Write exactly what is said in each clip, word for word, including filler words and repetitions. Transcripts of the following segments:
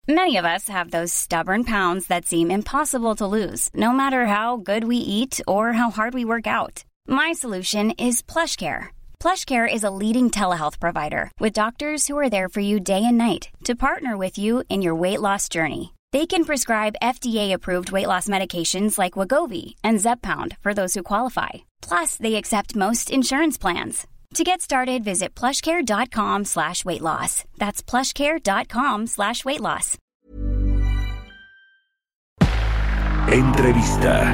Many of us have those stubborn pounds that seem impossible to lose, no matter how good we eat or how hard we work out. My solution is PlushCare. PlushCare is a leading telehealth provider with doctors who are there for you day and night to partner with you in your weight loss journey. They can prescribe F D A-approved weight loss medications like Wegovy and Zepbound for those who qualify. Plus, they accept most insurance plans. To get started, visit plushcare.com slash weight loss. That's plushcare.com slash weight loss. Entrevista.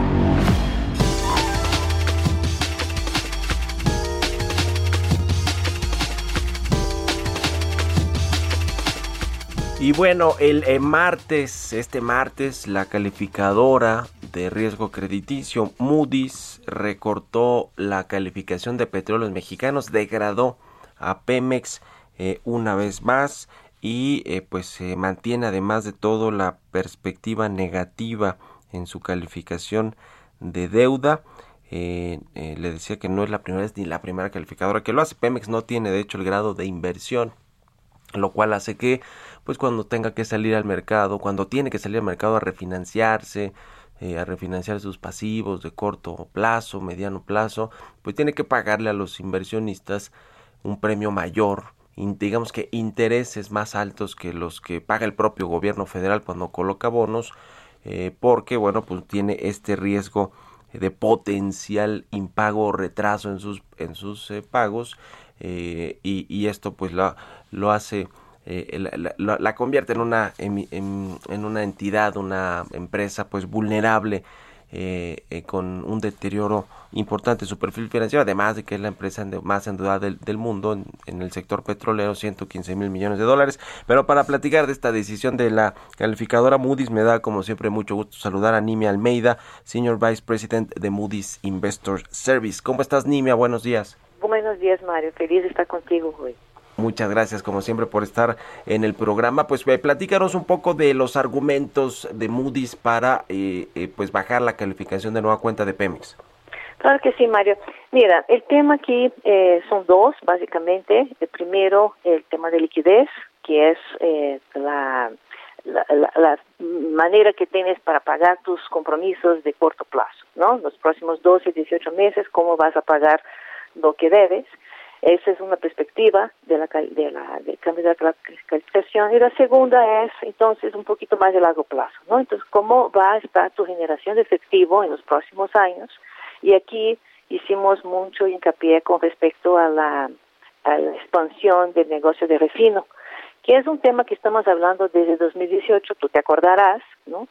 Y bueno, el eh, martes, este martes, la calificadora de riesgo crediticio Moody's recortó la calificación de Petróleos Mexicanos, degradó a Pemex eh, una vez más y eh, pues se mantiene además de todo la perspectiva negativa en su calificación de deuda. Eh, eh, le decía que no es la primera vez ni la primera calificadora que lo hace. Pemex no tiene de hecho el grado de inversión, lo cual hace que pues cuando tenga que salir al mercado, cuando tiene que salir al mercado a refinanciarse, eh, a refinanciar sus pasivos de corto plazo, mediano plazo, pues tiene que pagarle a los inversionistas un premio mayor, digamos que intereses más altos que los que paga el propio gobierno federal cuando coloca bonos, eh, porque bueno, pues tiene este riesgo de potencial impago o retraso en sus en sus eh, pagos, eh, y, y esto pues lo, lo hace eh, la, la, la convierte en una en, en, en una entidad, una empresa pues vulnerable, eh, eh, con un deterioro importante en su perfil financiero, además de que es la empresa más endeudada del, del mundo en, en el sector petrolero, ciento quince mil millones de dólares. Pero para platicar de esta decisión de la calificadora Moody's, me da como siempre mucho gusto saludar a Nimia Almeida, Senior Vice President de Moody's Investor Service. ¿Cómo estás, Nimia? Buenos días. Buenos días, Mario. Feliz de estar contigo hoy. Muchas gracias, como siempre, por estar en el programa. Pues eh, platícanos un poco de los argumentos de Moody's para eh, eh, pues bajar la calificación de nueva cuenta de Pemex. Claro que sí, Mario. Mira, el tema aquí eh, son dos, básicamente. El primero, el tema de liquidez, que es eh, la, la, la, la manera que tienes para pagar tus compromisos de corto plazo, ¿no? Los próximos doce, dieciocho meses, cómo vas a pagar lo que debes. Esa es una perspectiva de la, de la, del cambio de la calificación. Y la segunda es, entonces, un poquito más de largo plazo, ¿no? Entonces, ¿cómo va a estar tu generación de efectivo en los próximos años? Y aquí hicimos mucho hincapié con respecto a la, a la expansión del negocio de refino, que es un tema que estamos hablando desde dos mil dieciocho, tú te acordarás, ¿no?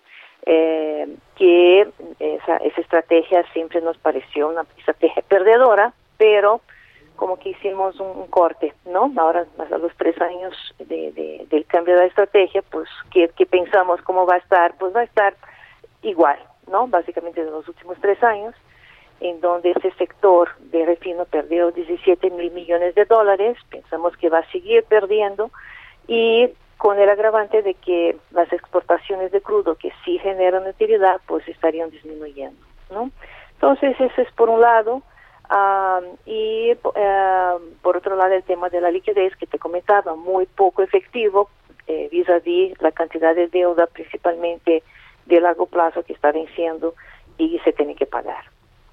Eh, que esa, esa estrategia siempre nos pareció una estrategia perdedora, pero como que hicimos un, un corte, ¿no? Ahora, a los tres años de, de, del cambio de la estrategia, pues, ¿qué, qué pensamos? ¿Cómo va a estar? Pues va a estar igual, ¿no? Básicamente de los últimos tres años, en donde ese sector de refino perdió diecisiete mil millones de dólares, pensamos que va a seguir perdiendo, y con el agravante de que las exportaciones de crudo que sí generan utilidad, pues estarían disminuyendo, ¿no? Entonces, eso es por un lado. Uh, y uh, por otro lado el tema de la liquidez que te comentaba, muy poco efectivo eh, vis-a-vis la cantidad de deuda principalmente de largo plazo que está venciendo y se tiene que pagar.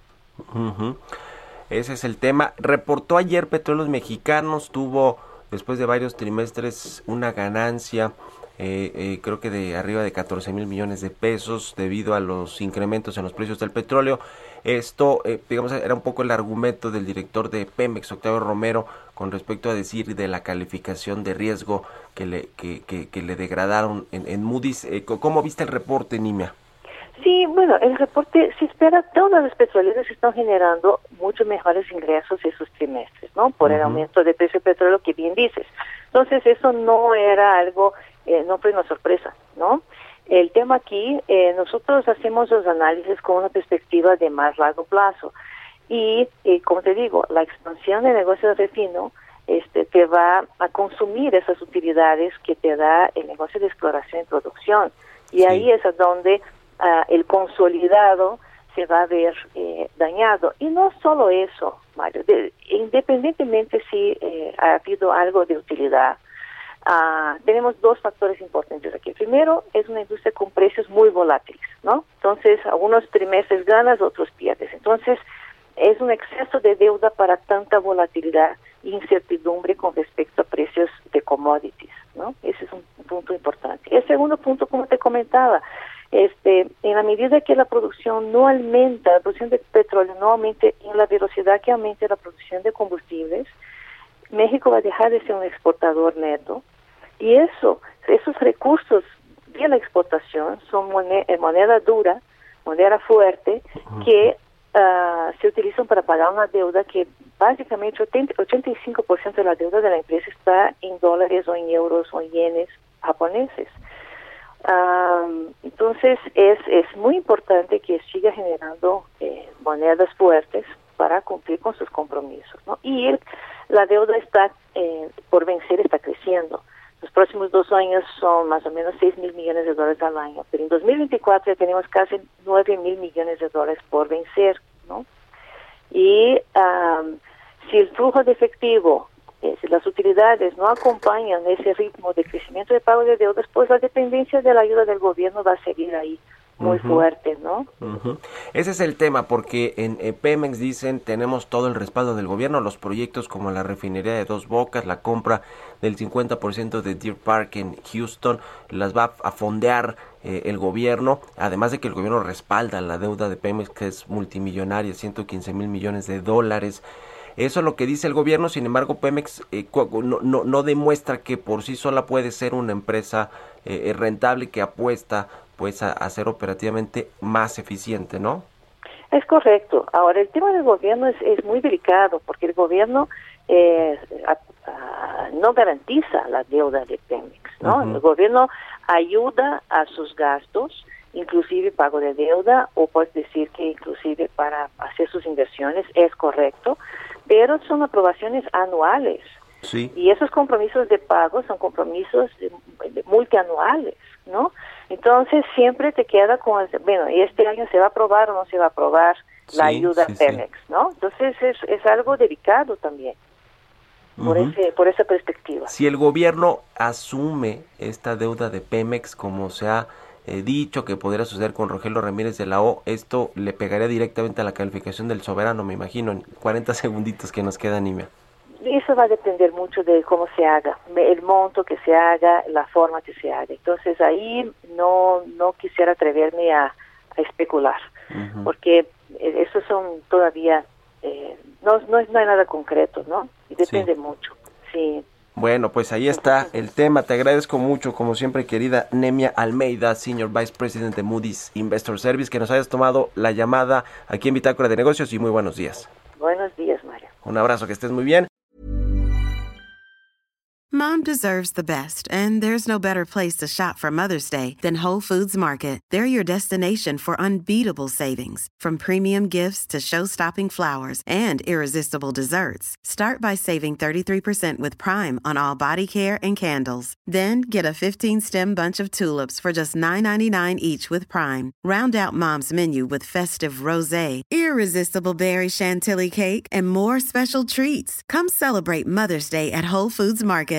Uh-huh. Ese es el tema. Reportó ayer Petróleos Mexicanos, tuvo después de varios trimestres una ganancia, eh, eh, creo que de arriba de catorce mil millones de pesos debido a los incrementos en los precios del petróleo. Esto, eh, digamos, era un poco el argumento del director de Pemex, Octavio Romero, con respecto a decir de la calificación de riesgo que le que, que, que le degradaron en, en Moody's. Eh, ¿Cómo viste el reporte, Nimia? Sí, bueno, el reporte se espera, todas las petroleras están generando muchos mejores ingresos esos trimestres, ¿no? Por uh-huh. el aumento del precio del petróleo que bien dices. Entonces, eso no era algo, eh, no fue una sorpresa, ¿no? El tema aquí, eh, nosotros hacemos los análisis con una perspectiva de más largo plazo. Y, eh, como te digo, la expansión del negocio de refino este, te va a consumir esas utilidades que te da el negocio de exploración y producción. Y sí. ahí es a donde uh, el consolidado se va a ver eh, dañado. Y no solo eso, Mario, de, independientemente si eh, ha habido algo de utilidad, Uh, tenemos dos factores importantes aquí. Primero, es una industria con precios muy volátiles, ¿no? Entonces, algunos trimestres ganas, otros pierdes. Entonces, es un exceso de deuda para tanta volatilidad e incertidumbre con respecto a precios de commodities, ¿no? Ese es un punto importante. El segundo punto, como te comentaba, este, en la medida que la producción no aumenta, la producción de petróleo no aumente en la velocidad que aumente la producción de combustibles, México va a dejar de ser un exportador neto, y eso, esos recursos de la exportación son moneda, moneda dura, moneda fuerte, que uh, se utilizan para pagar una deuda que básicamente ochenta y cinco por ciento de la deuda de la empresa está en dólares o en euros o en yenes japoneses. Um, entonces es, es muy importante que siga generando eh, monedas fuertes para cumplir con sus compromisos, ¿no? Y el, la deuda está eh, por vencer, está creciendo. Los próximos dos años son más o menos seis mil millones de dólares al año, pero en dos mil veinticuatro ya tenemos casi nueve mil millones de dólares por vencer, ¿no? Y um, si el flujo de efectivo, eh, si las utilidades no acompañan ese ritmo de crecimiento de pago de deudas, pues la dependencia de la ayuda del gobierno va a seguir ahí muy uh-huh. fuerte, ¿no? Uh-huh. Ese es el tema, porque en eh, Pemex dicen, tenemos todo el respaldo del gobierno, los proyectos como la refinería de Dos Bocas, la compra del cincuenta por ciento de Deer Park en Houston, las va a fondear eh, el gobierno, además de que el gobierno respalda la deuda de Pemex, que es multimillonaria, ciento quince mil millones de dólares. Eso es lo que dice el gobierno. Sin embargo, Pemex eh, no, no, no demuestra que por sí sola puede ser una empresa eh, rentable que apuesta pues a, a ser operativamente más eficiente, ¿no? Es correcto. Ahora, el tema del gobierno es, es muy delicado, porque el gobierno eh, a, a, no garantiza la deuda de Pemex, ¿no? Uh-huh. El gobierno ayuda a sus gastos, inclusive pago de deuda, o puedes decir que inclusive para hacer sus inversiones, es correcto, pero son aprobaciones anuales. Sí. Y esos compromisos de pago son compromisos de, de multianuales, ¿no? Entonces siempre te queda con, bueno, ¿y este año se va a aprobar o no se va a aprobar la sí, ayuda sí, Pemex, sí. ¿no? Entonces es, es algo delicado también, por, uh-huh. ese, por esa perspectiva. Si el gobierno asume esta deuda de Pemex, como se ha eh, dicho que podría suceder con Rogelio Ramírez de la O, esto le pegaría directamente a la calificación del soberano, me imagino, en cuarenta segunditos que nos queda, Nimia. Eso va a depender mucho de cómo se haga, el monto que se haga, la forma que se haga. Entonces ahí no no quisiera atreverme a, a especular, uh-huh. porque esos son todavía, eh, no, no, no hay nada concreto, ¿no? Y depende sí. mucho, sí. Bueno, pues ahí está el tema. Te agradezco mucho, como siempre, querida Nemia Almeida, Senior Vice President de Moody's Investor Service, que nos hayas tomado la llamada aquí en Bitácora de Negocios, y muy buenos días. Buenos días, Mario. Un abrazo, que estés muy bien. Mom deserves the best, and there's no better place to shop for Mother's Day than Whole Foods Market. They're your destination for unbeatable savings, from premium gifts to show-stopping flowers and irresistible desserts. Start by saving thirty-three percent with Prime on all body care and candles. Then get a fifteen-stem bunch of tulips for just nine ninety-nine each with Prime. Round out Mom's menu with festive rosé, irresistible berry chantilly cake, and more special treats. Come celebrate Mother's Day at Whole Foods Market.